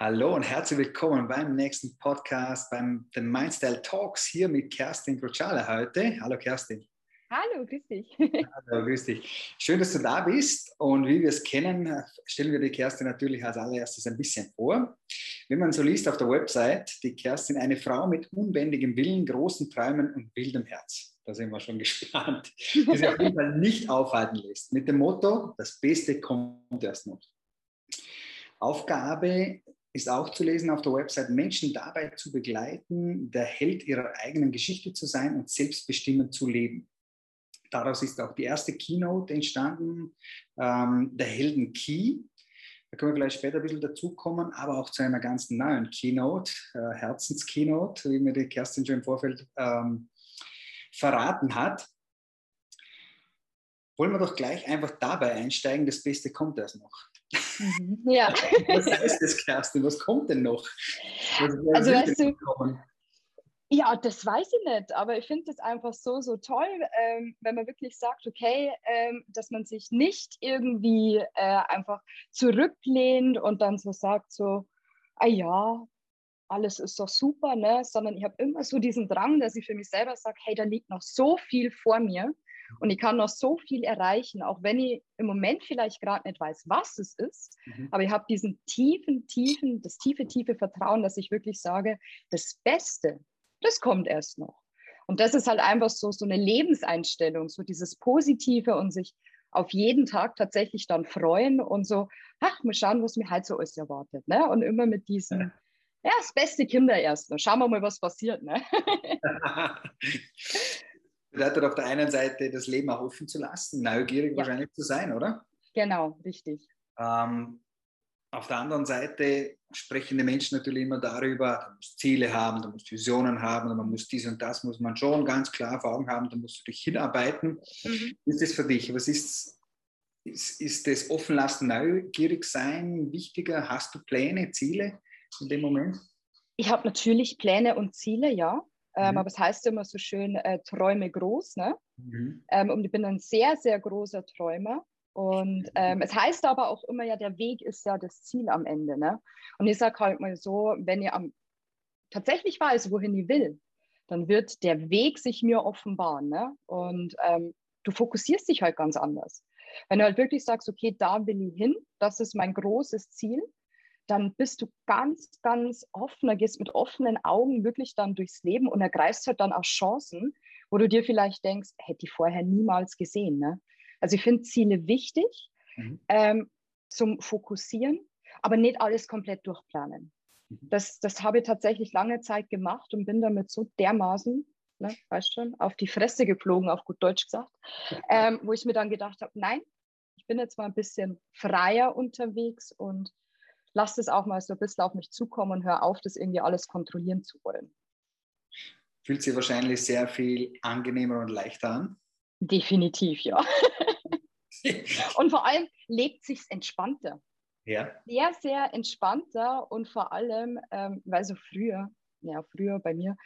Hallo und herzlich willkommen beim nächsten Podcast, beim The Mindstyle Talks hier mit Kerstin Grochala heute. Hallo Kerstin. Hallo, grüß dich. Hallo, grüß dich. Schön, dass du da bist und wie wir es kennen, stellen wir die Kerstin natürlich als allererstes ein bisschen vor. Wenn man so liest auf der Website, die Kerstin, eine Frau mit unbändigem Willen, großen Träumen und wildem Herz. Da sind wir schon gespannt, die sich auf jeden Fall nicht aufhalten lässt. Mit dem Motto, das Beste kommt erst noch. Aufgabe ist auch zu lesen auf der Website, Menschen dabei zu begleiten, der Held ihrer eigenen Geschichte zu sein und selbstbestimmend zu leben. Daraus ist auch die erste Keynote entstanden, der Helden Key. Da können wir vielleicht später ein bisschen dazukommen, aber auch zu einer ganz neuen Keynote, Herzenskeynote, wie mir die Kerstin schon im Vorfeld verraten hat. Wollen wir doch gleich einfach dabei einsteigen, das Beste kommt erst noch. Ja. Was heißt das, Kerstin? Was kommt denn noch? Also weißt du, ja, das weiß ich nicht, aber ich finde es einfach so toll, wenn man wirklich sagt, okay, dass man sich nicht irgendwie einfach zurücklehnt und dann so sagt, so, ah ja, alles ist doch super, ne? Sondern ich habe immer so diesen Drang, dass ich für mich selber sage, hey, da liegt noch so viel vor mir und ich kann noch so viel erreichen, auch wenn ich im Moment vielleicht gerade nicht weiß, was es ist, aber ich habe diesen das tiefe Vertrauen, dass ich wirklich sage, das Beste, das kommt erst noch. Und das ist halt einfach so eine Lebenseinstellung, so dieses Positive und sich auf jeden Tag tatsächlich dann freuen und so, ach, mal schauen, was mir halt so alles erwartet, ne? Und immer mit diesem, ja, das beste Kinder erst noch. Schauen wir mal, was passiert, ne? Bedeutet auf der einen Seite, das Leben auch offen zu lassen, neugierig Ja, wahrscheinlich zu sein, oder? genau, richtig. Auf der anderen Seite sprechen die Menschen natürlich immer darüber, du musst Ziele haben, du musst Visionen haben, man muss dies und das, muss man schon ganz klar vor Augen haben, da musst du dich hinarbeiten. Mhm. Wie ist das für dich? Was ist das Offenlassen, neugierig sein wichtiger? Hast du Pläne, Ziele in dem Moment? Ich habe natürlich Pläne und Ziele, ja. Aber es heißt immer so schön, träume groß, ne? Und ich bin ein sehr, sehr großer Träumer. Und es heißt aber auch immer ja, der Weg ist ja das Ziel am Ende, ne? Und ich sage halt mal so, wenn ihr tatsächlich weiß, wohin ich will, dann wird der Weg sich mir offenbaren, ne? Und du fokussierst dich halt ganz anders. Wenn du halt wirklich sagst, okay, da will ich hin, das ist mein großes Ziel, dann bist du ganz, ganz offener, gehst mit offenen Augen wirklich dann durchs Leben und ergreifst halt dann auch Chancen, wo du dir vielleicht denkst, hätte ich vorher niemals gesehen. Ne? Also ich finde Ziele wichtig zum Fokussieren, aber nicht alles komplett durchplanen. Das habe ich tatsächlich lange Zeit gemacht und bin damit so dermaßen, ne, weißt schon, auf die Fresse geflogen, auf gut Deutsch gesagt, wo ich mir dann gedacht habe, nein, ich bin jetzt mal ein bisschen freier unterwegs und lass das auch mal so ein bisschen auf mich zukommen und hör auf, das irgendwie alles kontrollieren zu wollen. Fühlt sich wahrscheinlich sehr viel angenehmer und leichter an. Definitiv, ja. Und vor allem lebt sich's entspannter. Ja. Sehr, sehr entspannter und vor allem, weil so früher bei mir,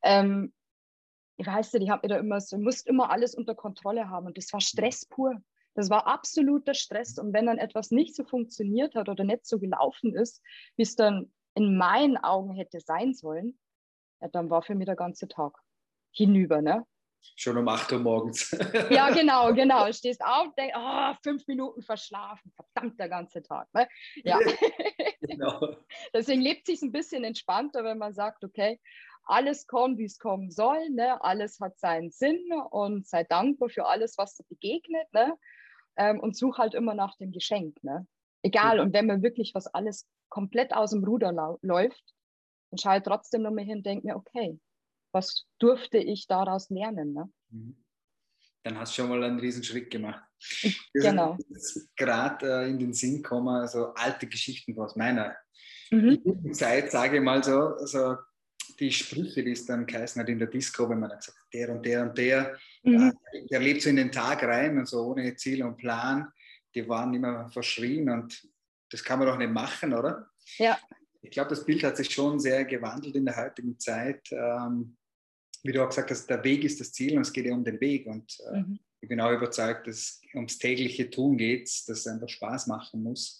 ich weiß nicht, ich habe mir da immer so, musste immer alles unter Kontrolle haben und das war Stress pur. Das war absoluter Stress. Und wenn dann etwas nicht so funktioniert hat oder nicht so gelaufen ist, wie es dann in meinen Augen hätte sein sollen, ja, dann war für mich der ganze Tag hinüber, ne? Schon um 8 Uhr morgens. Ja, genau. Stehst auf, denkst, 5 Minuten verschlafen, verdammt der ganze Tag. Ne? Ja. Genau. Deswegen lebt sich ein bisschen entspannter, wenn man sagt, okay, alles kommt, wie es kommen soll, ne? Alles hat seinen Sinn und sei dankbar für alles, was dir begegnet, ne? Und such halt immer nach dem Geschenk, ne? Egal, und wenn mir wirklich was alles komplett aus dem Ruder läuft, dann schaue ich trotzdem noch mal hin und denke mir, okay, was durfte ich daraus lernen, ne? Dann hast du schon mal einen Riesenschritt gemacht. Genau. Gerade in den Sinn kommen, also alte Geschichten aus meiner Zeit, sage ich mal so die Sprüche, die es dann geheißen hat in der Disco, wenn man dann gesagt hat, der und der und der, der lebt so in den Tag rein und so ohne Ziel und Plan, die waren immer verschrien und das kann man doch nicht machen, oder? Ja. Ich glaube, das Bild hat sich schon sehr gewandelt in der heutigen Zeit. Wie du auch gesagt hast, der Weg ist das Ziel und es geht ja um den Weg. Und ich bin auch überzeugt, dass ums tägliche Tun geht, dass es einfach Spaß machen muss.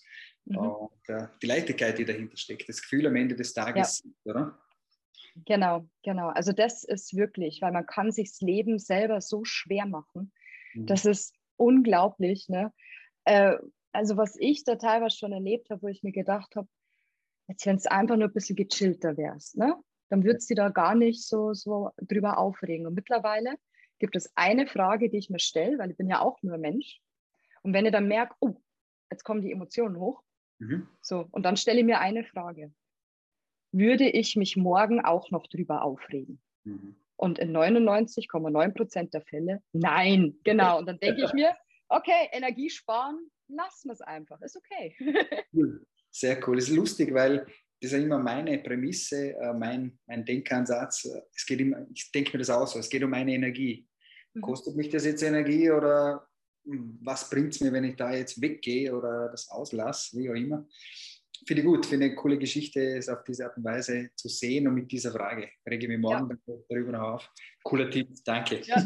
Und die Leichtigkeit, die dahinter steckt, das Gefühl am Ende des Tages, oder? Genau. Also das ist wirklich, weil man kann sich das Leben selber so schwer machen. Das ist unglaublich, ne? Also was ich da teilweise schon erlebt habe, wo ich mir gedacht habe, jetzt wenn es einfach nur ein bisschen gechillter wärst, ne? Dann würdest du da gar nicht so drüber aufregen. Und mittlerweile gibt es eine Frage, die ich mir stelle, weil ich bin ja auch nur Mensch. Und wenn ich dann merke, oh, jetzt kommen die Emotionen hoch, so, und dann stelle ich mir eine Frage. Würde ich mich morgen auch noch drüber aufregen? Und in 99,9% der Fälle, nein, genau. Und dann denke ich mir, okay, Energie sparen, lassen wir es einfach, ist okay. Sehr cool. Es ist lustig, weil das ist ja immer meine Prämisse, mein Denkansatz. Es geht immer, ich denke mir das auch so, es geht um meine Energie. Kostet mich das jetzt Energie oder was bringt es mir, wenn ich da jetzt weggehe oder das auslasse, wie auch immer. Finde ich gut, finde eine coole Geschichte, es auf diese Art und Weise zu sehen und mit dieser Frage. Rege mich morgen darüber noch auf. Cooler Tipp, danke. Ja.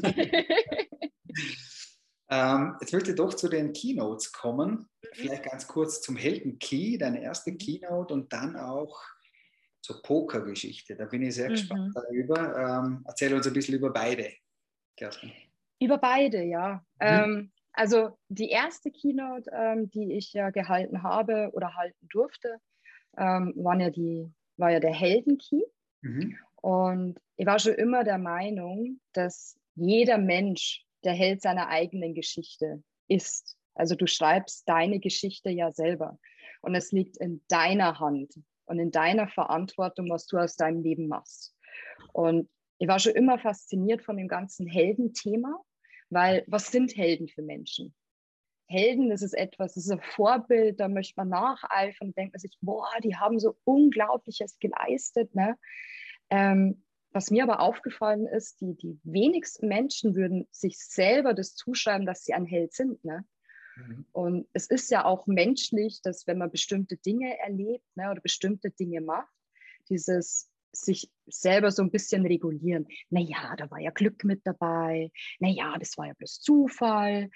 Jetzt möchte ich doch zu den Keynotes kommen. Vielleicht ganz kurz zum Helden-Key, deine erste Keynote und dann auch zur Poker-Geschichte. Da bin ich sehr gespannt darüber. Erzähl uns ein bisschen über beide, Kerstin. Über beide, ja. Also die erste Keynote, die ich ja gehalten habe oder halten durfte, war ja der Helden-Key. Und ich war schon immer der Meinung, dass jeder Mensch der Held seiner eigenen Geschichte ist. Also du schreibst deine Geschichte ja selber. Und es liegt in deiner Hand und in deiner Verantwortung, was du aus deinem Leben machst. Und ich war schon immer fasziniert von dem ganzen Heldenthema, weil was sind Helden für Menschen? Helden, das ist etwas, das ist ein Vorbild, da möchte man nacheifern und denkt man sich, boah, die haben so Unglaubliches geleistet, ne? Was mir aber aufgefallen ist, die wenigsten Menschen würden sich selber das zuschreiben, dass sie ein Held sind, ne? Und es ist ja auch menschlich, dass wenn man bestimmte Dinge erlebt, ne, oder bestimmte Dinge macht, dieses sich selber so ein bisschen regulieren. Naja, da war ja Glück mit dabei. Naja, das war ja bloß Zufall.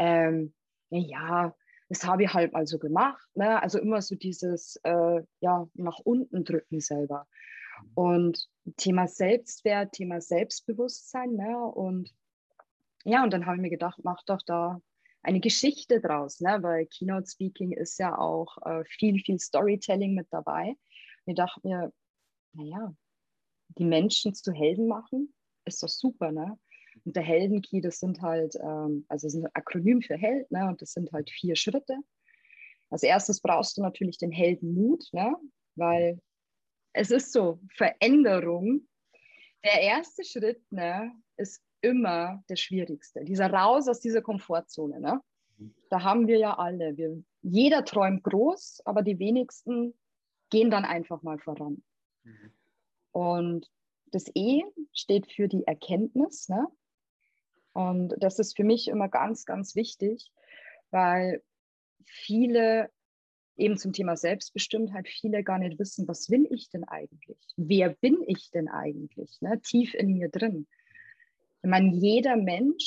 Naja, das habe ich halt also gemacht. Ne? Also immer so dieses nach unten drücken selber. Und Thema Selbstwert, Thema Selbstbewusstsein. Ne? Und dann habe ich mir gedacht, mach doch da eine Geschichte draus, ne? Weil Keynote Speaking ist ja auch viel Storytelling mit dabei. Und ich dachte mir, naja, die Menschen zu Helden machen, ist doch super, ne? Und der Helden-Key, das sind halt, also ist ein Akronym für Held, ne? Und das sind halt 4 Schritte. Als erstes brauchst du natürlich den Heldenmut, ne? Weil es ist so, Veränderung. Der erste Schritt, ne, ist immer der schwierigste. Dieser Raus aus dieser Komfortzone, ne? Da haben wir ja alle. Jeder träumt groß, aber die wenigsten gehen dann einfach mal voran. Und das E steht für die Erkenntnis, ne? Und das ist für mich immer ganz, ganz wichtig, weil viele eben zum Thema Selbstbestimmtheit, viele gar nicht wissen, was will ich denn eigentlich? Wer bin ich denn eigentlich? Ne? Tief in mir drin. Ich meine, jeder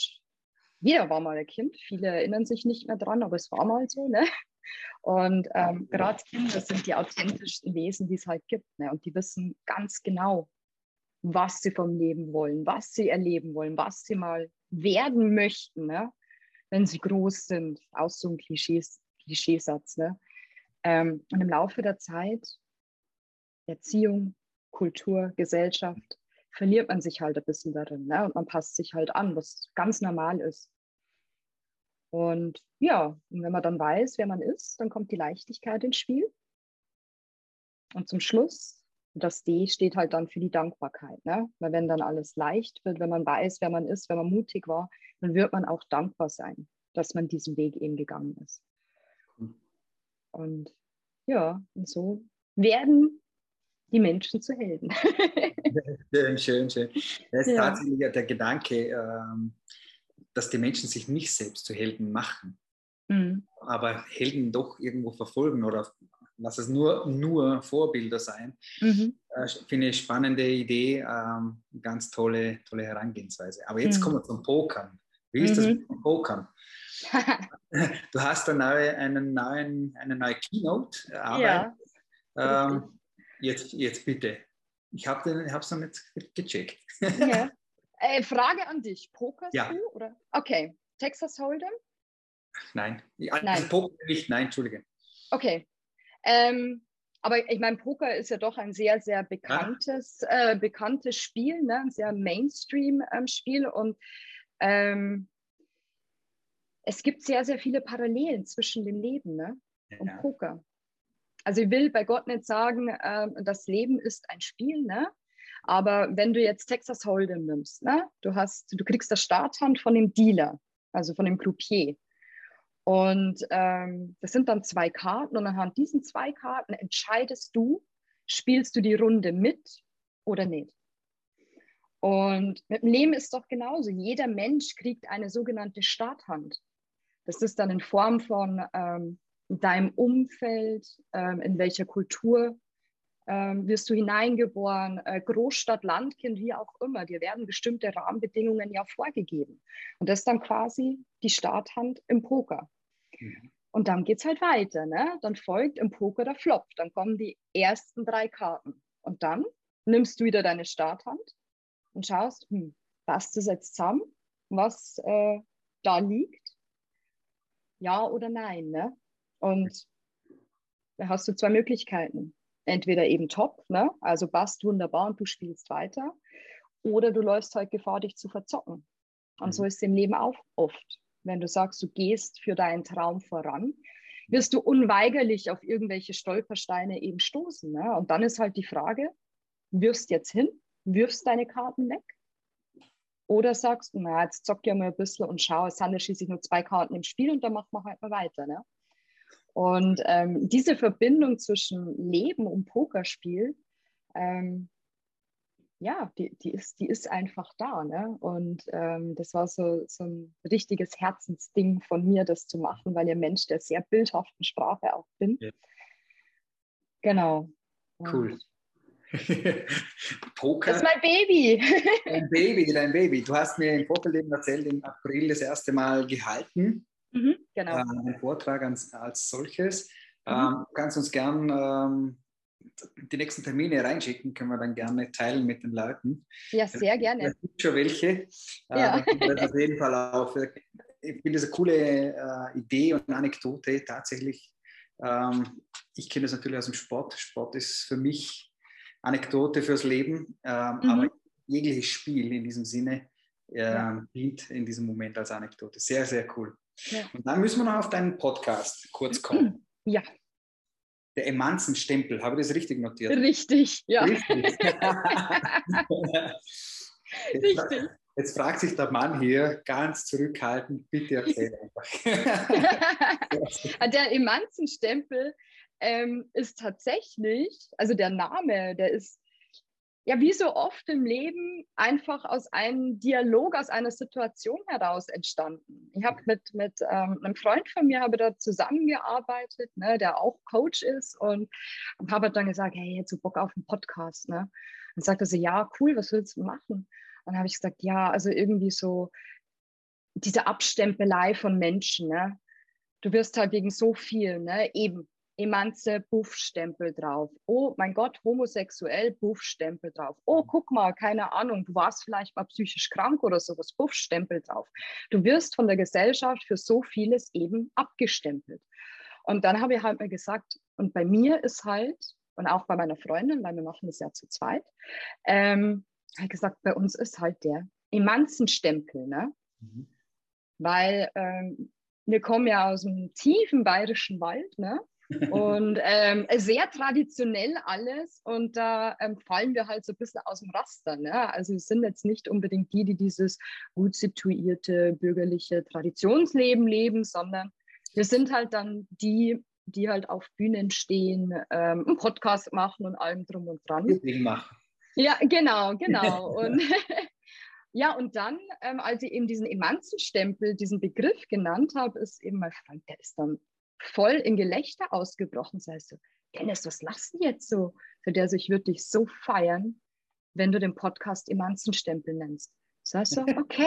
war mal ein Kind, viele erinnern sich nicht mehr dran, aber es war mal so, ne? Und gerade Kinder sind die authentischsten Wesen, die es halt gibt, ne? Und die wissen ganz genau, was sie vom Leben wollen, was sie erleben wollen, was sie mal werden möchten, ne? Wenn sie groß sind. Auch so ein Klischeesatz. Ne? Und im Laufe der Zeit, Erziehung, Kultur, Gesellschaft, verliert man sich halt ein bisschen darin. Ne? Und man passt sich halt an, was ganz normal ist. Und ja, und wenn man dann weiß, wer man ist, dann kommt die Leichtigkeit ins Spiel. Und zum Schluss, das D steht halt dann für die Dankbarkeit. Ne? Weil wenn dann alles leicht wird, wenn man weiß, wer man ist, wenn man mutig war, dann wird man auch dankbar sein, dass man diesen Weg eben gegangen ist. Und ja, und so werden die Menschen zu Helden. Schön. Das ist tatsächlich der Gedanke, dass die Menschen sich nicht selbst zu Helden machen, aber Helden doch irgendwo verfolgen oder lass es nur Vorbilder sein. Finde ich spannende Idee, ganz tolle Herangehensweise. Aber jetzt kommen wir zum Pokern. Wie ist das mit dem Pokern? Du hast eine neue Keynote-Arbeit. Ja, Jetzt bitte. Ich habe es noch nicht gecheckt. ja. Frage an dich. Pokerst Ja. du? Oder? Okay. Texas Hold'em? Nein. Nein. Also Poker nicht, nein, Entschuldige. Okay. Aber ich meine, Poker ist ja doch ein sehr, sehr bekanntes Spiel, ne? Ein sehr Mainstream-Spiel. Und es gibt sehr, sehr viele Parallelen zwischen dem Leben, ne? Und Poker. Also ich will bei Gott nicht sagen, das Leben ist ein Spiel, ne? Aber wenn du jetzt Texas Hold'em nimmst, ne? Du kriegst das Starthand von dem Dealer, also von dem Croupier. Und das sind dann 2 Karten und anhand diesen 2 Karten entscheidest du, spielst du die Runde mit oder nicht. Und mit dem Leben ist doch genauso. Jeder Mensch kriegt eine sogenannte Starthand. Das ist dann in Form von deinem Umfeld, in welcher Kultur wirst du hineingeboren, Großstadt, Landkind, wie auch immer. Dir werden bestimmte Rahmenbedingungen ja vorgegeben. Und das ist dann quasi die Starthand im Poker. Und dann geht es halt weiter. Ne? Dann folgt im Poker der Flop. Dann kommen die ersten 3 Karten. Und dann nimmst du wieder deine Starthand und schaust, passt das jetzt zusammen, was da liegt? Ja oder nein. Ne? Und da hast du 2 Möglichkeiten. Entweder eben top, ne? Also passt wunderbar und du spielst weiter. Oder du läufst halt Gefahr, dich zu verzocken. Und so ist es im Leben auch oft. Wenn du sagst, du gehst für deinen Traum voran, wirst du unweigerlich auf irgendwelche Stolpersteine eben stoßen. Ne? Und dann ist halt die Frage, wirfst jetzt hin, wirfst deine Karten weg? Oder sagst du, na, jetzt zock ja mal ein bisschen und schau, es handelt schließlich nur 2 Karten im Spiel und dann machen wir halt mal weiter. Ne? Und diese Verbindung zwischen Leben und Pokerspiel, ja, die ist einfach da. Ne? Und das war so ein richtiges Herzensding von mir, das zu machen, weil ich ein Mensch der sehr bildhaften Sprache auch bin. Ja. Genau. Cool. Poker. Das ist mein Baby. Dein Baby. Du hast mir im Vorfeld eben erzählt, im April das erste Mal gehalten. Genau. Einen Vortrag als solches. Kannst uns gern die nächsten Termine reinschicken, können wir dann gerne teilen mit den Leuten. Ja, sehr gerne. Es gibt schon welche. Ja. Das auf jeden Fall auf. Ich finde das eine coole Idee und Anekdote tatsächlich. Ich kenne das natürlich aus dem Sport. Sport ist für mich Anekdote fürs Leben, aber jegliches Spiel in diesem Sinne dient in diesem Moment als Anekdote. Sehr, sehr cool. Ja. Und dann müssen wir noch auf deinen Podcast kurz kommen. Ja. Der Emanzen-Stempel, habe ich das richtig notiert? Richtig, ja. Richtig. Richtig. Jetzt fragt sich der Mann hier ganz zurückhaltend, bitte erzähl einfach. Der Emanzen-Stempel ist tatsächlich, also der Name, der ist ja wie so oft im Leben einfach aus einem Dialog, aus einer Situation heraus entstanden. Ich habe mit einem Freund von mir da zusammengearbeitet, ne, der auch Coach ist und habe dann gesagt, hey, jetzt so Bock auf einen Podcast. Ne? Und sagte sie, ja, cool, was willst du machen? Und dann habe ich gesagt, ja, also irgendwie so diese Abstempelei von Menschen. Ne? Du wirst halt wegen so viel, ne, eben Emanze, Buffstempel drauf. Oh mein Gott, homosexuell, Buffstempel drauf. Oh, guck mal, keine Ahnung, du warst vielleicht mal psychisch krank oder sowas, Buffstempel drauf. Du wirst von der Gesellschaft für so vieles eben abgestempelt. Und dann habe ich halt mal gesagt, und bei mir ist halt, und auch bei meiner Freundin, weil wir machen das ja zu zweit, habe ich gesagt, bei uns ist halt der Emanzenstempel, ne? Weil wir kommen ja aus dem tiefen bayerischen Wald, ne? Und sehr traditionell alles und da fallen wir halt so ein bisschen aus dem Raster. Ne? Also wir sind jetzt nicht unbedingt die dieses gut situierte bürgerliche Traditionsleben leben, sondern wir sind halt dann die halt auf Bühnen stehen, einen Podcast machen und allem drum und dran. Ja, genau. Und ja, und dann, als ich eben diesen Emanzenstempel, diesen Begriff genannt habe, ist eben mein Freund, der ist dann voll in Gelächter ausgebrochen. Das heißt so, Dennis, was lachst du jetzt so? Für der sich wirklich so feiern, wenn du den Podcast Emanzenstempel nennst. Das heißt so, okay,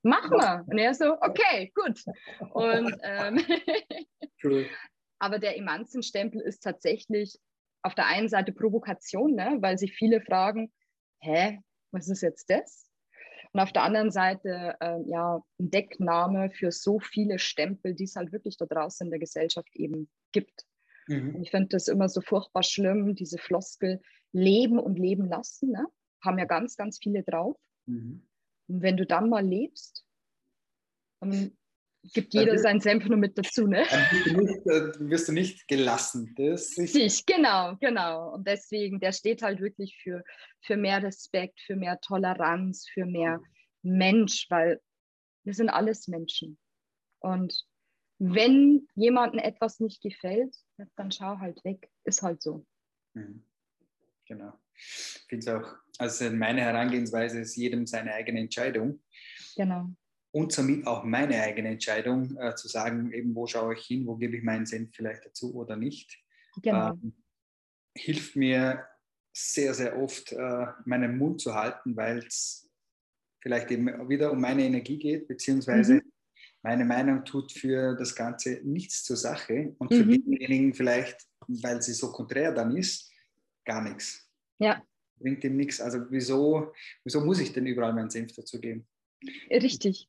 Machen wir. Und er so, okay, gut. Und Cool. aber der Emanzenstempel ist tatsächlich auf der einen Seite Provokation, ne? Weil sich viele fragen, hä, was ist jetzt das? Und auf der anderen Seite ja, ein Deckname für so viele Stempel, die es halt wirklich da draußen in der Gesellschaft eben gibt. Und ich finde das immer so furchtbar schlimm, diese Floskel leben und leben lassen, ne? Haben ja ganz, ganz viele drauf. Und wenn du dann mal lebst, dann gibt jeder seinen Senf nur mit dazu, ne? Dann wirst du nicht gelassen. Das ist Richtig, genau, genau. Und deswegen, der steht halt wirklich für mehr Respekt, für mehr Toleranz, für mehr Mensch, weil wir sind alles Menschen. Und wenn jemandem etwas nicht gefällt, dann schau halt weg. Ist halt so. Genau. Ich finde es auch, also meine Herangehensweise ist jedem seine eigene Entscheidung. Genau. Und somit auch meine eigene Entscheidung, zu sagen, eben wo schaue ich hin, wo gebe ich meinen Senf vielleicht dazu oder nicht. Genau. Hilft mir sehr, sehr oft, meinen Mund zu halten, weil es vielleicht eben wieder um meine Energie geht, beziehungsweise meine Meinung tut für das Ganze nichts zur Sache und für denjenigen vielleicht, weil sie so konträr dann ist, gar nichts. Ja. Bringt ihm nichts. Also wieso muss ich denn überall meinen Senf dazu geben? Richtig.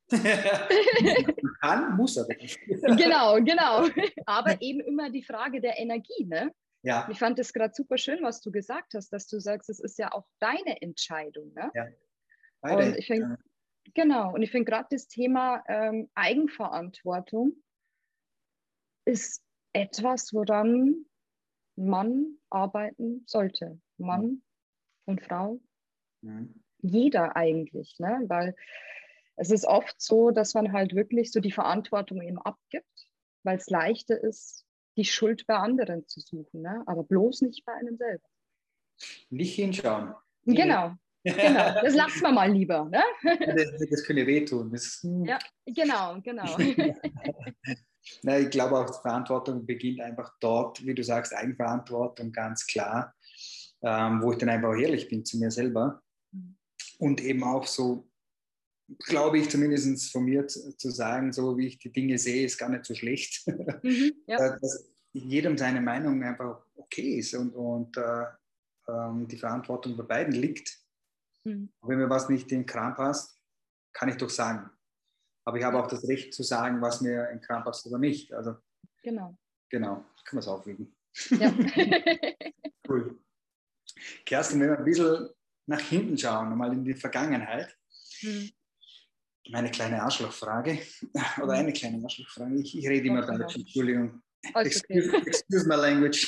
Kann, muss aber nicht. Genau, genau. Aber eben immer die Frage der Energie, ne? Ja. Ich fand es gerade super schön, was du gesagt hast, dass du sagst, es ist ja auch deine Entscheidung, ne? Ja. Beide. Und ich finde, genau, und ich finde gerade das Thema Eigenverantwortung ist etwas, woran Mann arbeiten sollte. Mann und Frau, jeder eigentlich, ne? Weil es ist oft so, dass man halt wirklich so die Verantwortung eben abgibt, weil es leichter ist, die Schuld bei anderen zu suchen, ne? Aber bloß nicht bei einem selber. Nicht hinschauen. Genau, genau. Das lassen wir mal lieber, ne? Das könnte wehtun. Ja, genau, genau. Na, ich glaube auch, Verantwortung beginnt einfach dort, wie du sagst, Eigenverantwortung, ganz klar, wo ich dann einfach auch ehrlich bin zu mir selber. Und eben auch so, glaube ich, zumindest von mir zu sagen, so wie ich die Dinge sehe, ist gar nicht so schlecht. Ja. Dass jedem seine Meinung einfach okay ist und die Verantwortung bei beiden liegt. Wenn mir was nicht in den Kram passt, kann ich doch sagen. Aber ich habe auch das Recht zu sagen, was mir in den Kram passt oder nicht. Also, genau, können wir es aufwiegen. Ja. Cool. Kerstin, wenn wir ein bisschen nach hinten schauen, nochmal in die Vergangenheit. Meine kleine Arschlochfrage. Oder eine kleine Arschlochfrage. Ich rede immer Deutsch, Entschuldigung. Excuse my language.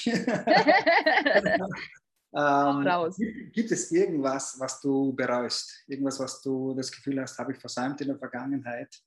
Gibt es irgendwas, was du bereust? Irgendwas, was du das Gefühl hast, habe ich versäumt in der Vergangenheit?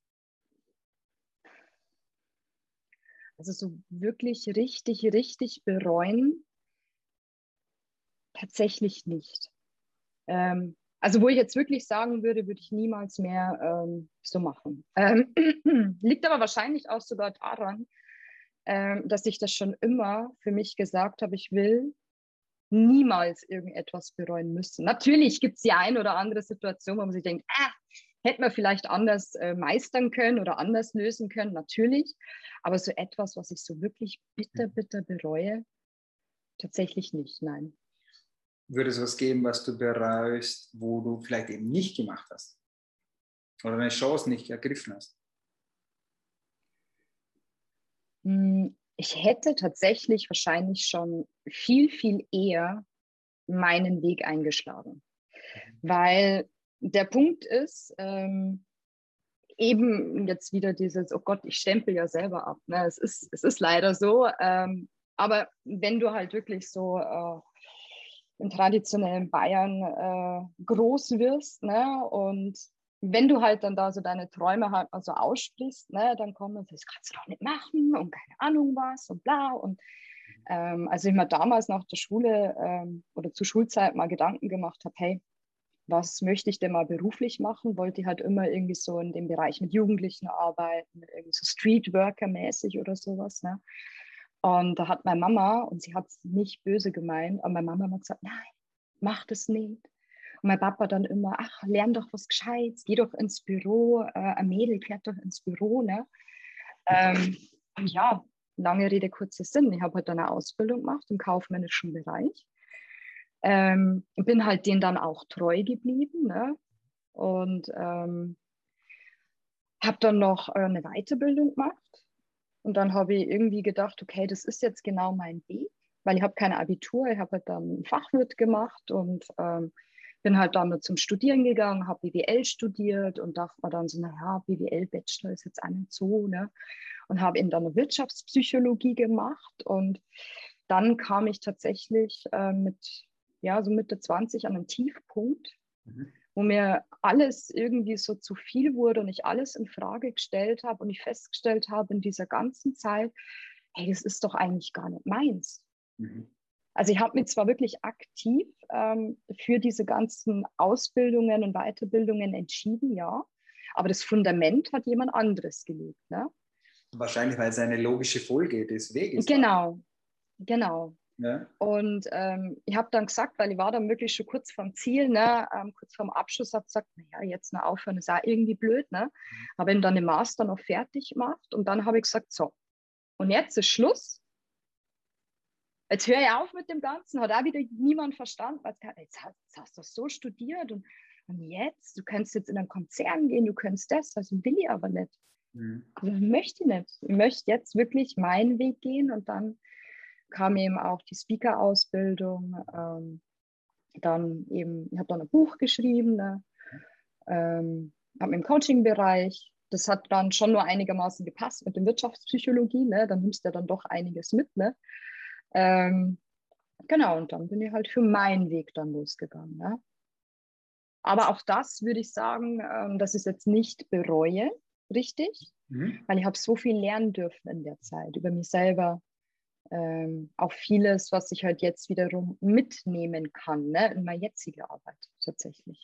Also so wirklich richtig bereuen, tatsächlich nicht. Also wo ich jetzt wirklich sagen würde, würde ich niemals mehr so machen. Liegt aber wahrscheinlich auch sogar daran, dass ich das schon immer für mich gesagt habe, ich will niemals irgendetwas bereuen müssen. Natürlich gibt es die eine oder andere Situation, wo man sich denkt, hätte man vielleicht anders meistern können oder anders lösen können, natürlich. Aber so etwas, was ich so wirklich bitter bereue, tatsächlich nicht, nein. Würde es was geben, was du bereust, wo du vielleicht eben nicht gemacht hast? Oder eine Chance nicht ergriffen hast? Ich hätte tatsächlich wahrscheinlich schon viel eher meinen Weg eingeschlagen. Weil der Punkt ist, eben jetzt wieder dieses, oh Gott, ich stempel ja selber ab. Ne? Es ist leider so. Aber wenn du halt wirklich so in traditionellen Bayern groß wirst, ne? Und wenn du halt dann da so deine Träume halt mal so aussprichst, ne, dann kommen das kannst du doch nicht machen und keine Ahnung was und bla. Und als ich mir damals nach der Schule oder zur Schulzeit mal Gedanken gemacht habe, hey, was möchte ich denn mal beruflich machen? Wollte ich halt immer irgendwie so in dem Bereich mit Jugendlichen arbeiten, irgendwie so Streetworker-mäßig oder sowas. Ne? Und da hat meine Mama, und sie hat es nicht böse gemeint, aber meine Mama hat gesagt, nein, mach das nicht. Und mein Papa dann immer, ach, lern doch was Gescheites, geh doch ins Büro, ein Mädel gehört doch ins Büro, ne? Und ja, lange Rede, kurzer Sinn. Ich habe halt dann eine Ausbildung gemacht im kaufmännischen Bereich. Bin halt denen dann auch treu geblieben, ne? Und habe dann noch eine Weiterbildung gemacht. Und dann habe ich irgendwie gedacht, okay, das ist jetzt genau mein Weg, weil ich habe kein Abitur, ich habe halt dann einen Fachwirt gemacht und bin halt dann nur zum Studieren gegangen, habe BWL studiert und dachte mir dann so, naja, BWL-Bachelor ist jetzt auch nicht so, ne? Und habe eben dann eine Wirtschaftspsychologie gemacht und dann kam ich tatsächlich so Mitte 20 an einen Tiefpunkt, wo mir alles irgendwie so zu viel wurde und ich alles in Frage gestellt habe und ich festgestellt habe in dieser ganzen Zeit, hey, das ist doch eigentlich gar nicht meins. Also ich habe mich zwar wirklich aktiv für diese ganzen Ausbildungen und Weiterbildungen entschieden, ja, aber das Fundament hat jemand anderes gelegt, ne? Wahrscheinlich, weil es eine logische Folge des Weges war. Genau. Ja. Und ich habe dann gesagt, weil ich war dann wirklich schon kurz vorm Ziel, ne, kurz vorm Abschluss, habe gesagt, naja, jetzt noch aufhören, ist auch irgendwie blöd, ne? Habe eben dann den Master noch fertig gemacht und dann habe ich gesagt, so, und jetzt ist Schluss. Jetzt höre ich auf mit dem Ganzen, hat auch wieder niemand verstanden, weil jetzt hast du so studiert und jetzt, du kannst jetzt in einen Konzern gehen, du kannst das, also will ich aber nicht. Also möchte ich nicht. Ich möchte jetzt wirklich meinen Weg gehen und dann kam eben auch die Speaker-Ausbildung, dann eben, ich habe dann ein Buch geschrieben, ne? Habe im Coaching-Bereich, das hat dann schon nur einigermaßen gepasst mit der Wirtschaftspsychologie, ne? Dann nimmst du ja dann doch einiges mit, ne? Genau, und dann bin ich halt für meinen Weg dann losgegangen, ne? Aber auch das würde ich sagen, dass ich es jetzt nicht bereue, richtig, weil ich habe so viel lernen dürfen in der Zeit über mich selber, auch vieles, was ich halt jetzt wiederum mitnehmen kann, ne, in meine jetzige Arbeit tatsächlich.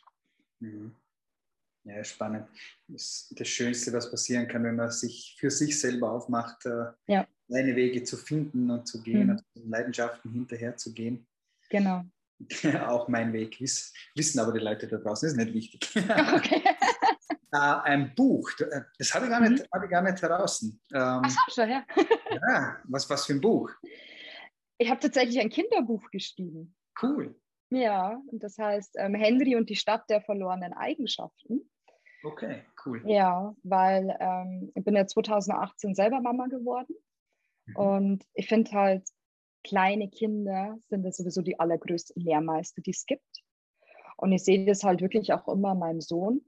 Ja, spannend. Das ist das Schönste, was passieren kann, wenn man sich für sich selber aufmacht, seine Wege zu finden und zu gehen, also Leidenschaften hinterher zu gehen. Genau. Auch mein Weg. Wissen aber die Leute da draußen, ist nicht wichtig. Okay. Ein Buch, das habe ich gar nicht heraus. Ach so, schon, ja. Ja, was für ein Buch? Ich habe tatsächlich ein Kinderbuch geschrieben. Cool. Ja, und das heißt Henry und die Stadt der verlorenen Eigenschaften. Okay, cool. Ja, weil ich bin ja 2018 selber Mama geworden und ich finde halt, kleine Kinder sind ja sowieso die allergrößten Lehrmeister, die es gibt. Und ich sehe das halt wirklich auch immer an meinem Sohn.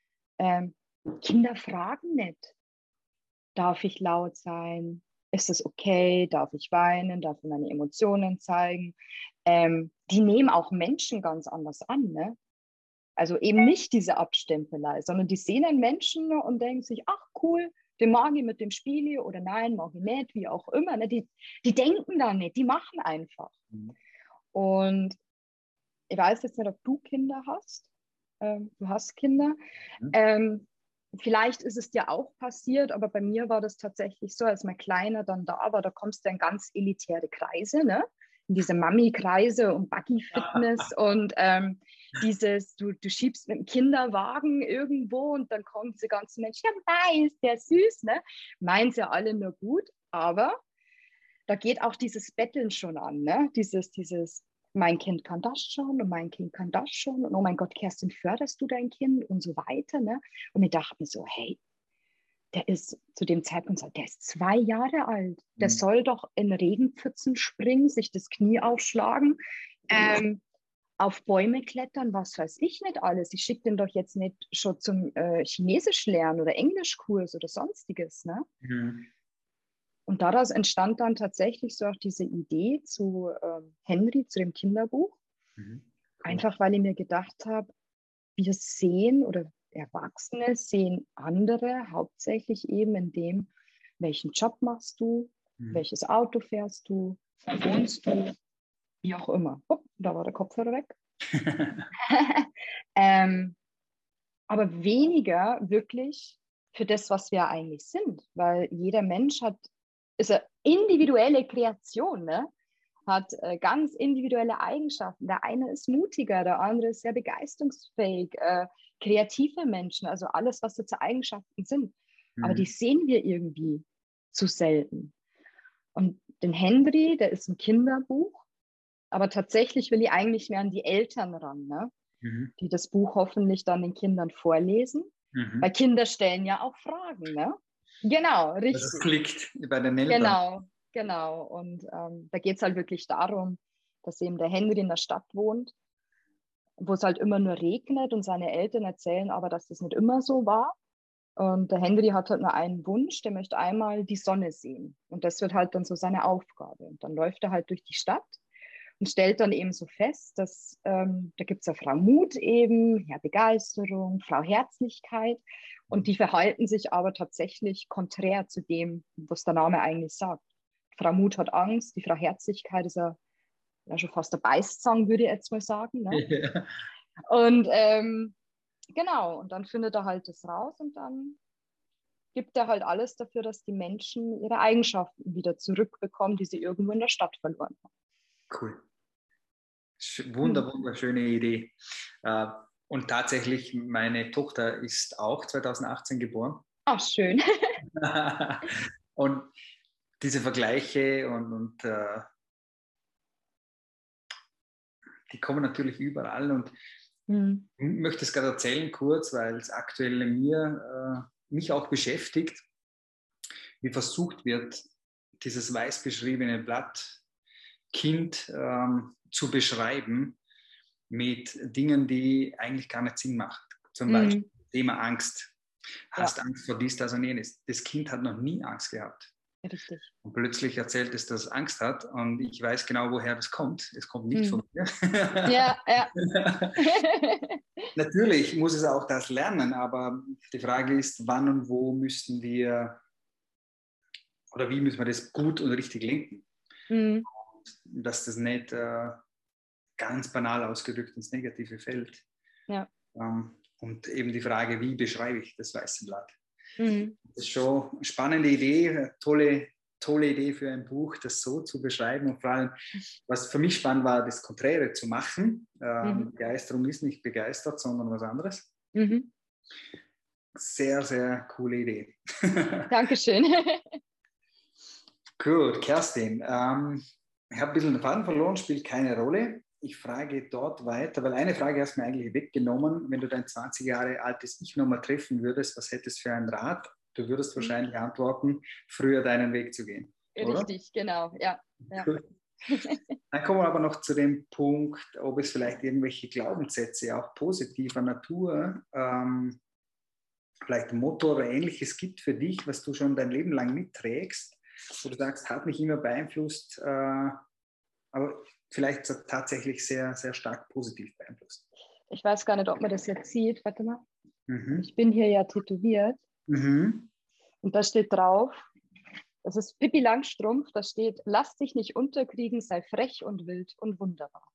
Kinder fragen nicht, darf ich laut sein? Ist es okay? Darf ich weinen? Darf ich meine Emotionen zeigen? Die nehmen auch Menschen ganz anders an, ne? Also eben nicht diese Abstempelei, sondern die sehen einen Menschen und denken sich, ach cool, den mag ich mit dem Spiele oder nein, mag ich nicht, wie auch immer. Ne? Die denken da nicht, die machen einfach. Und ich weiß jetzt nicht, ob du Kinder hast. Du hast Kinder. Vielleicht ist es dir auch passiert, aber bei mir war das tatsächlich so, als mein Kleiner dann da war, da kommst du in ganz elitäre Kreise, ne? In diese Mami-Kreise und Buggy-Fitness und du schiebst mit dem Kinderwagen irgendwo und dann kommen diese ganzen Menschen, ja weiß, der ist süß, ne? Meinen sie ja alle nur gut, aber da geht auch dieses Betteln schon an, ne? Dieses mein Kind kann das schon und mein Kind kann das schon und oh mein Gott, Kerstin, förderst du dein Kind und so weiter, ne? Und ich dachte mir so, hey, der ist zu dem Zeitpunkt, der ist 2 Jahre alt, der soll doch in Regenpfützen springen, sich das Knie aufschlagen, auf Bäume klettern, was weiß ich nicht alles. Ich schicke den doch jetzt nicht schon zum Chinesisch lernen oder Englischkurs oder sonstiges, ne? Und daraus entstand dann tatsächlich so auch diese Idee zu Henry, zu dem Kinderbuch. Cool. Einfach weil ich mir gedacht habe, wir sehen oder Erwachsene sehen andere hauptsächlich eben in dem, welchen Job machst du, welches Auto fährst du, wo wohnst du, wie auch immer. Oh, da war der Kopfhörer weg. Aber weniger wirklich für das, was wir eigentlich sind, weil jeder Mensch ist eine individuelle Kreation, ne? hat ganz individuelle Eigenschaften. Der eine ist mutiger, der andere ist sehr begeisterungsfähig, kreative Menschen, also alles, was so Eigenschaften sind. Aber die sehen wir irgendwie zu selten. Und den Henry, der ist ein Kinderbuch, aber tatsächlich will ich eigentlich mehr an die Eltern ran, ne? Die das Buch hoffentlich dann den Kindern vorlesen, weil Kinder stellen ja auch Fragen, ne? Genau, richtig. Das klickt bei den Eltern. Genau. Und da geht es halt wirklich darum, dass eben der Henry in der Stadt wohnt, wo es halt immer nur regnet und seine Eltern erzählen aber, dass das nicht immer so war. Und der Henry hat halt nur einen Wunsch, der möchte einmal die Sonne sehen. Und das wird halt dann so seine Aufgabe. Und dann läuft er halt durch die Stadt und stellt dann eben so fest, dass da gibt es ja Frau Mut eben, Herr Begeisterung, Frau Herzlichkeit. Und die verhalten sich aber tatsächlich konträr zu dem, was der Name eigentlich sagt. Frau Mut hat Angst, die Frau Herzlichkeit ist ja schon fast der Beißzang, würde ich jetzt mal sagen. Ne? Ja. Und genau, und dann findet er halt das raus und dann gibt er halt alles dafür, dass die Menschen ihre Eigenschaften wieder zurückbekommen, die sie irgendwo in der Stadt verloren haben. Cool. Wunderschöne Idee. Und tatsächlich, meine Tochter ist auch 2018 geboren. Ach, schön. Und diese Vergleiche und die kommen natürlich überall. Und ich möchte es gerade erzählen kurz, weil es aktuell mich auch beschäftigt, wie versucht wird, dieses weiß beschriebene Blatt Kind zu beschreiben mit Dingen, die eigentlich gar nicht Sinn machen. Zum Beispiel Thema Angst. Hast Angst vor dies, das und jenes. Das Kind hat noch nie Angst gehabt. Richtig. Und plötzlich erzählt es, dass es Angst hat und ich weiß genau, woher das kommt. Es kommt nicht von mir. Ja. Natürlich muss es auch das lernen, aber die Frage ist, wann und wo müssen wir oder wie müssen wir das gut und richtig lenken? Dass das nicht ganz banal ausgedrückt ins Negative fällt. Ja. Und eben die Frage, wie beschreibe ich das weiße Blatt? Das ist schon eine spannende Idee, tolle Idee für ein Buch, das so zu beschreiben. Und vor allem, was für mich spannend war, das Konträre zu machen. Begeisterung ist nicht begeistert, sondern was anderes. Sehr, sehr coole Idee. Dankeschön. Gut, Kerstin. Ich habe ein bisschen den Faden verloren, spielt keine Rolle. Ich frage dort weiter, weil eine Frage hast du mir eigentlich weggenommen. Wenn du dein 20 Jahre altes Ich nochmal treffen würdest, was hättest du für einen Rat? Du würdest wahrscheinlich antworten, früher deinen Weg zu gehen. Richtig, oder? Genau, ja. Dann kommen wir aber noch zu dem Punkt, ob es vielleicht irgendwelche Glaubenssätze auch positiver Natur, vielleicht ein Motto oder Ähnliches gibt für dich, was du schon dein Leben lang mitträgst, wo du sagst, hat mich immer beeinflusst, aber vielleicht tatsächlich sehr, sehr stark positiv beeinflusst. Ich weiß gar nicht, ob man das jetzt sieht. Warte mal. Ich bin hier ja tätowiert. Und da steht drauf, das ist Pippi Langstrumpf, da steht, lass dich nicht unterkriegen, sei frech und wild und wunderbar.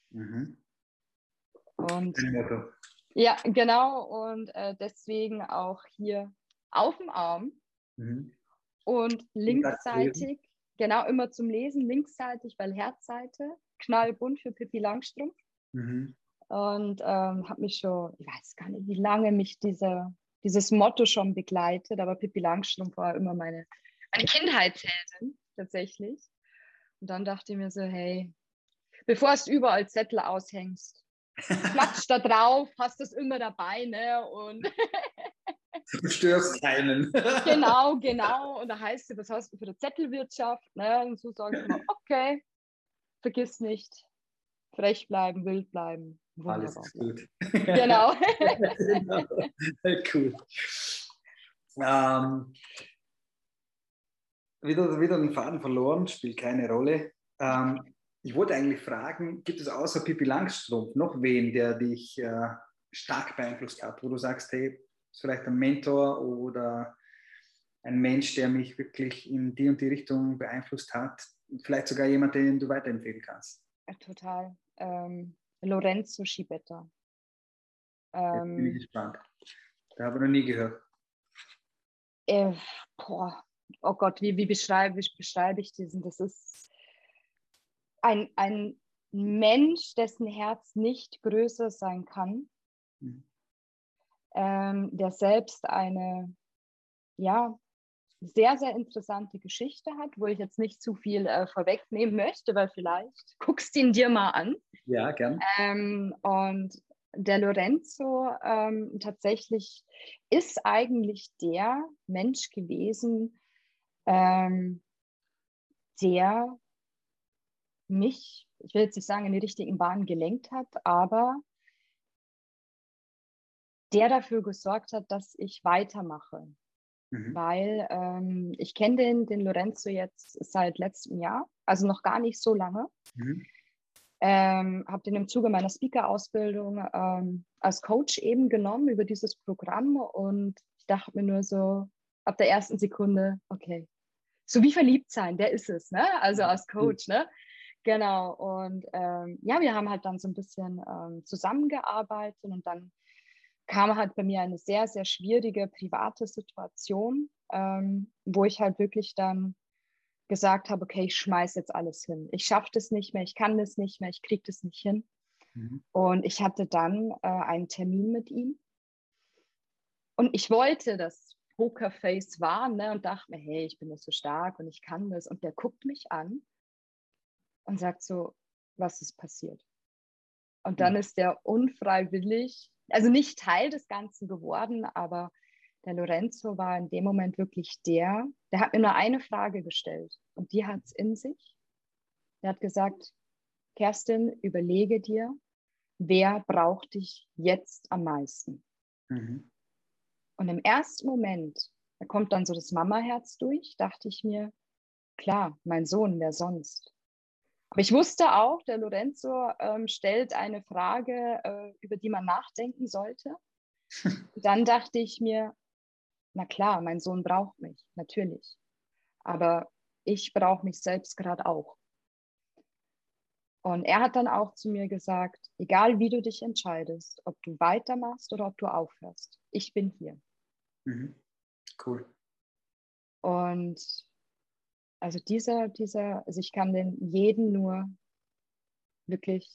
Und ja, genau. Und deswegen auch hier auf dem Arm und linksseitig, genau, immer zum Lesen, linksseitig, weil Herzseite, knallbunt für Pippi Langstrumpf. Und habe mich schon, ich weiß gar nicht, wie lange mich dieses Motto schon begleitet, aber Pippi Langstrumpf war immer meine Kindheitsheldin tatsächlich. Und dann dachte ich mir so, hey, bevor du überall Zettel aushängst, klatsch da drauf, hast das immer dabei, ne? Und du störst keinen. Genau. Und da heißt es, was hast du für eine Zettelwirtschaft? Ne? Und so sage ich immer, okay, vergiss nicht, frech bleiben, wild bleiben. Wunderbar. Alles ist gut. Genau. Cool. Wieder den Faden verloren, spielt keine Rolle. Ich wollte eigentlich fragen, gibt es außer Pippi Langstrumpf noch wen, der dich stark beeinflusst hat, wo du sagst, hey, ist vielleicht ein Mentor oder ein Mensch, der mich wirklich in die und die Richtung beeinflusst hat, vielleicht sogar jemand, den du weiterempfehlen kannst? Total. Lorenzo Schibetta. Jetzt bin ich gespannt. Da habe ich noch nie gehört. Oh Gott, wie beschreibe ich diesen? Das ist ein Mensch, dessen Herz nicht größer sein kann, der selbst eine, ja, sehr, sehr interessante Geschichte hat, wo ich jetzt nicht zu viel vorwegnehmen möchte, weil vielleicht guckst du ihn dir mal an. Ja, gern. Und der Lorenzo tatsächlich ist eigentlich der Mensch gewesen, der mich, ich will jetzt nicht sagen, in die richtigen Bahnen gelenkt hat, aber der dafür gesorgt hat, dass ich weitermache. Weil ich kenne den Lorenzo jetzt seit letztem Jahr, also noch gar nicht so lange. Habe den im Zuge meiner Speaker-Ausbildung als Coach eben genommen über dieses Programm und ich dachte mir nur so ab der ersten Sekunde, okay, so wie verliebt sein, der ist es, ne? Also als Coach, ne? Genau. Und ja, wir haben halt dann so ein bisschen zusammengearbeitet und dann kam halt bei mir eine sehr, sehr schwierige private Situation, wo ich halt wirklich dann gesagt habe, okay, ich schmeiß jetzt alles hin. Ich schaffe das nicht mehr, ich kann das nicht mehr, ich kriege das nicht hin. Und ich hatte dann einen Termin mit ihm und ich wollte das Pokerface wahren, ne, und dachte mir, hey, ich bin doch so stark und ich kann das. Und der guckt mich an und sagt so, was ist passiert? Und dann ist der unfreiwillig, also nicht Teil des Ganzen geworden, aber der Lorenzo war in dem Moment wirklich der hat mir nur eine Frage gestellt und die hat es in sich. Der hat gesagt, Kerstin, überlege dir, wer braucht dich jetzt am meisten? Und im ersten Moment, da kommt dann so das Mama-Herz durch, dachte ich mir, klar, mein Sohn, wer sonst? Aber ich wusste auch, der Lorenzo stellt eine Frage, über die man nachdenken sollte. Und dann dachte ich mir, na klar, mein Sohn braucht mich, natürlich. Aber ich brauche mich selbst gerade auch. Und er hat dann auch zu mir gesagt, egal wie du dich entscheidest, ob du weitermachst oder ob du aufhörst, ich bin hier. Cool. Und also also ich kann den jeden nur wirklich,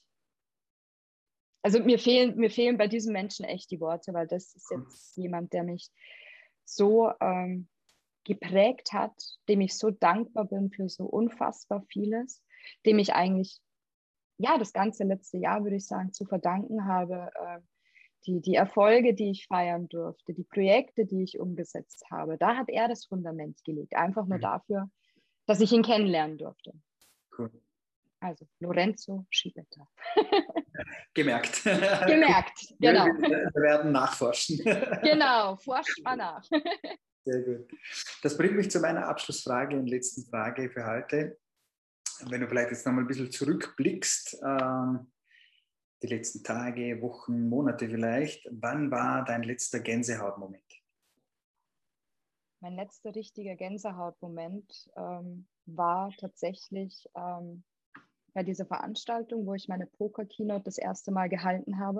also mir fehlen bei diesem Menschen echt die Worte, weil das ist jetzt jemand, der mich so geprägt hat, dem ich so dankbar bin für so unfassbar vieles, dem ich eigentlich, ja, das ganze letzte Jahr, würde ich sagen, zu verdanken habe, die Erfolge, die ich feiern durfte, die Projekte, die ich umgesetzt habe. Da hat er das Fundament gelegt, einfach nur dafür, dass ich ihn kennenlernen durfte. Cool. Also Lorenzo Schibetta. Gemerkt. Gemerkt, genau. Wir werden nachforschen. Genau, forscht mal nach. Sehr gut. Das bringt mich zu meiner Abschlussfrage und letzten Frage für heute. Wenn du vielleicht jetzt nochmal ein bisschen zurückblickst, die letzten Tage, Wochen, Monate vielleicht, wann war dein letzter Gänsehautmoment? Mein letzter richtiger Gänsehautmoment war tatsächlich bei dieser Veranstaltung, wo ich meine Poker-Keynote das erste Mal gehalten habe,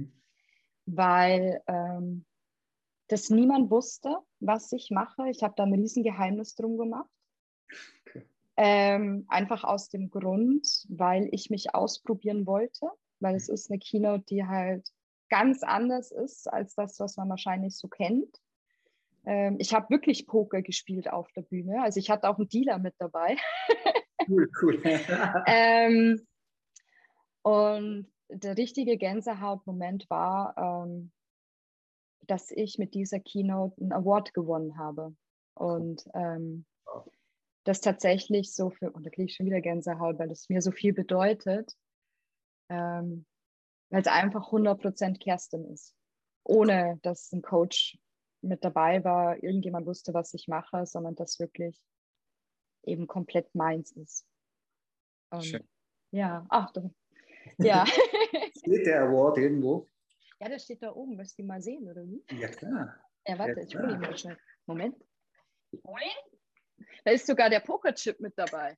weil das niemand wusste, was ich mache. Ich habe da ein Riesengeheimnis drum gemacht. Okay. Einfach aus dem Grund, weil ich mich ausprobieren wollte, weil es ist eine Keynote, die halt ganz anders ist als das, was man wahrscheinlich so kennt. Ich habe wirklich Poker gespielt auf der Bühne, also ich hatte auch einen Dealer mit dabei. Cool, cool. Und der richtige Gänsehautmoment war, dass ich mit dieser Keynote einen Award gewonnen habe. Und das tatsächlich so für, und da kriege ich schon wieder Gänsehaut, weil es mir so viel bedeutet, weil es einfach 100% Kerstin ist. Ohne dass ein Coach mit dabei war, irgendjemand wusste, was ich mache, sondern das wirklich eben komplett meins ist. Und schön. Ja, ach, ja. Steht der Award irgendwo? Ja, der steht da oben. Müsst ihr mal sehen, oder wie? Ja, klar. Ja, warte, ich hole ihn mal schnell. Moment. Da ist sogar der Pokerchip mit dabei.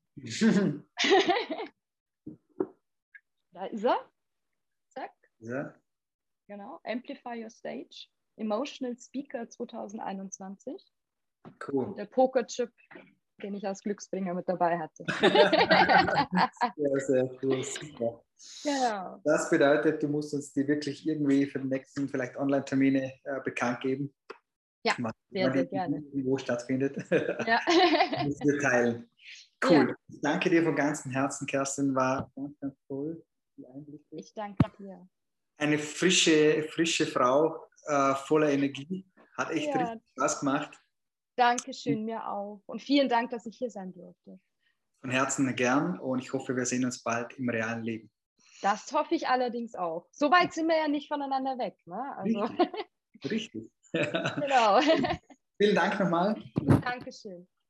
Da ist er. Zack. Ja. Genau. Amplify Your Stage. Emotional Speaker 2021. Cool. Und der Pokerchip den ich als Glücksbringer mit dabei hatte. Sehr, sehr cool, super. Genau. Das bedeutet, du musst uns die wirklich irgendwie für den nächsten vielleicht Online-Termine bekannt geben. Ja, sehr, sehr gerne. Wo stattfindet. Ja. Müssen wir teilen. Cool. Ja. Ich danke dir von ganzem Herzen, Kerstin. War ganz, ganz toll. Die Einblicke. Ich danke dir. Eine frische Frau, voller Energie. Hat echt richtig Spaß gemacht. Dankeschön, mir auch. Und vielen Dank, dass ich hier sein durfte. Von Herzen gern und ich hoffe, wir sehen uns bald im realen Leben. Das hoffe ich allerdings auch. So weit sind wir ja nicht voneinander weg. Ne? Also. Richtig. Genau. Vielen Dank nochmal. Dankeschön.